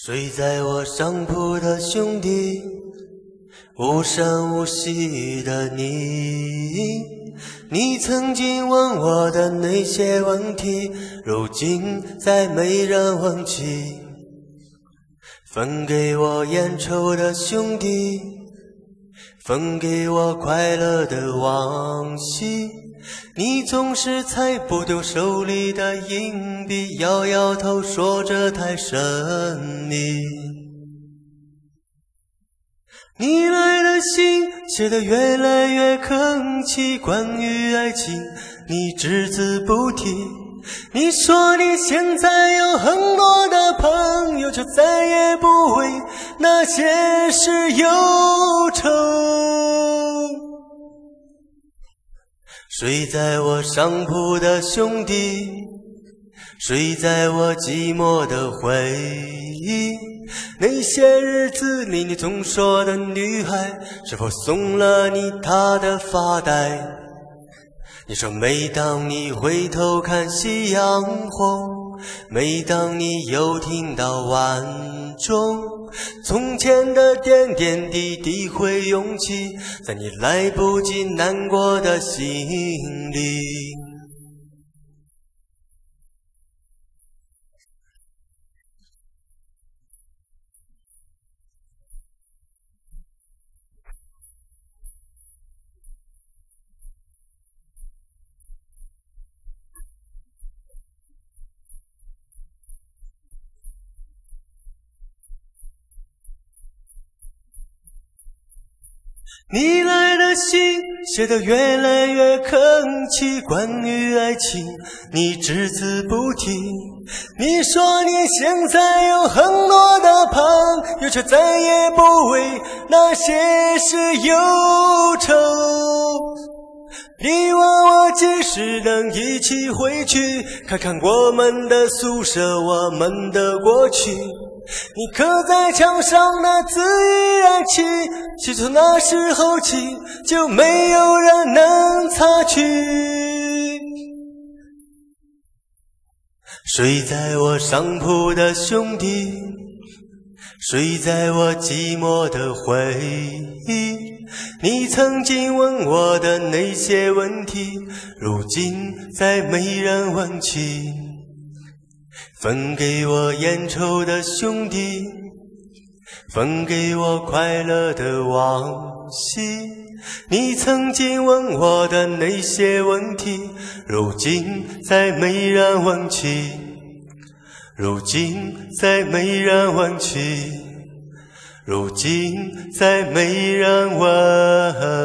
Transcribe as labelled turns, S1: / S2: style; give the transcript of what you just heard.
S1: 睡在我上铺的兄弟，无声无息的你，你曾经问我的那些问题，如今再没人问起。分给我烟抽的兄弟，分给我快乐的往昔，你总是猜不丢手里的硬币，摇摇头说这太神秘。你来的信写得越来越客气，关于爱情你只字不提。你说你现在有很多的朋友，就再也不为那些事忧愁。睡在我上铺的兄弟，睡在我寂寞的回忆，那些日子里你总说的女孩，是否送了你她的发带？你说每当你回头看夕阳红，每当你又听到晚钟，从前的点点滴滴会涌起在你来不及难过的心里。你来的信写得越来越客气，关于爱情你只字不提。你说你现在有很多的朋友，却再也不为那些事忧愁。你问我几时能一起回去，看看我们的宿舍，我们的过去。你刻在墙上的字依然清，其实从那时候起就没有人能擦去。睡在我上铺的兄弟，睡在我寂寞的回忆，你曾经问我的那些问题，如今再没人问起。分给我烟抽的兄弟，分给我快乐的往昔，你曾经问我的那些问题，如今再没人问起，如今再没人问起，如今再没人问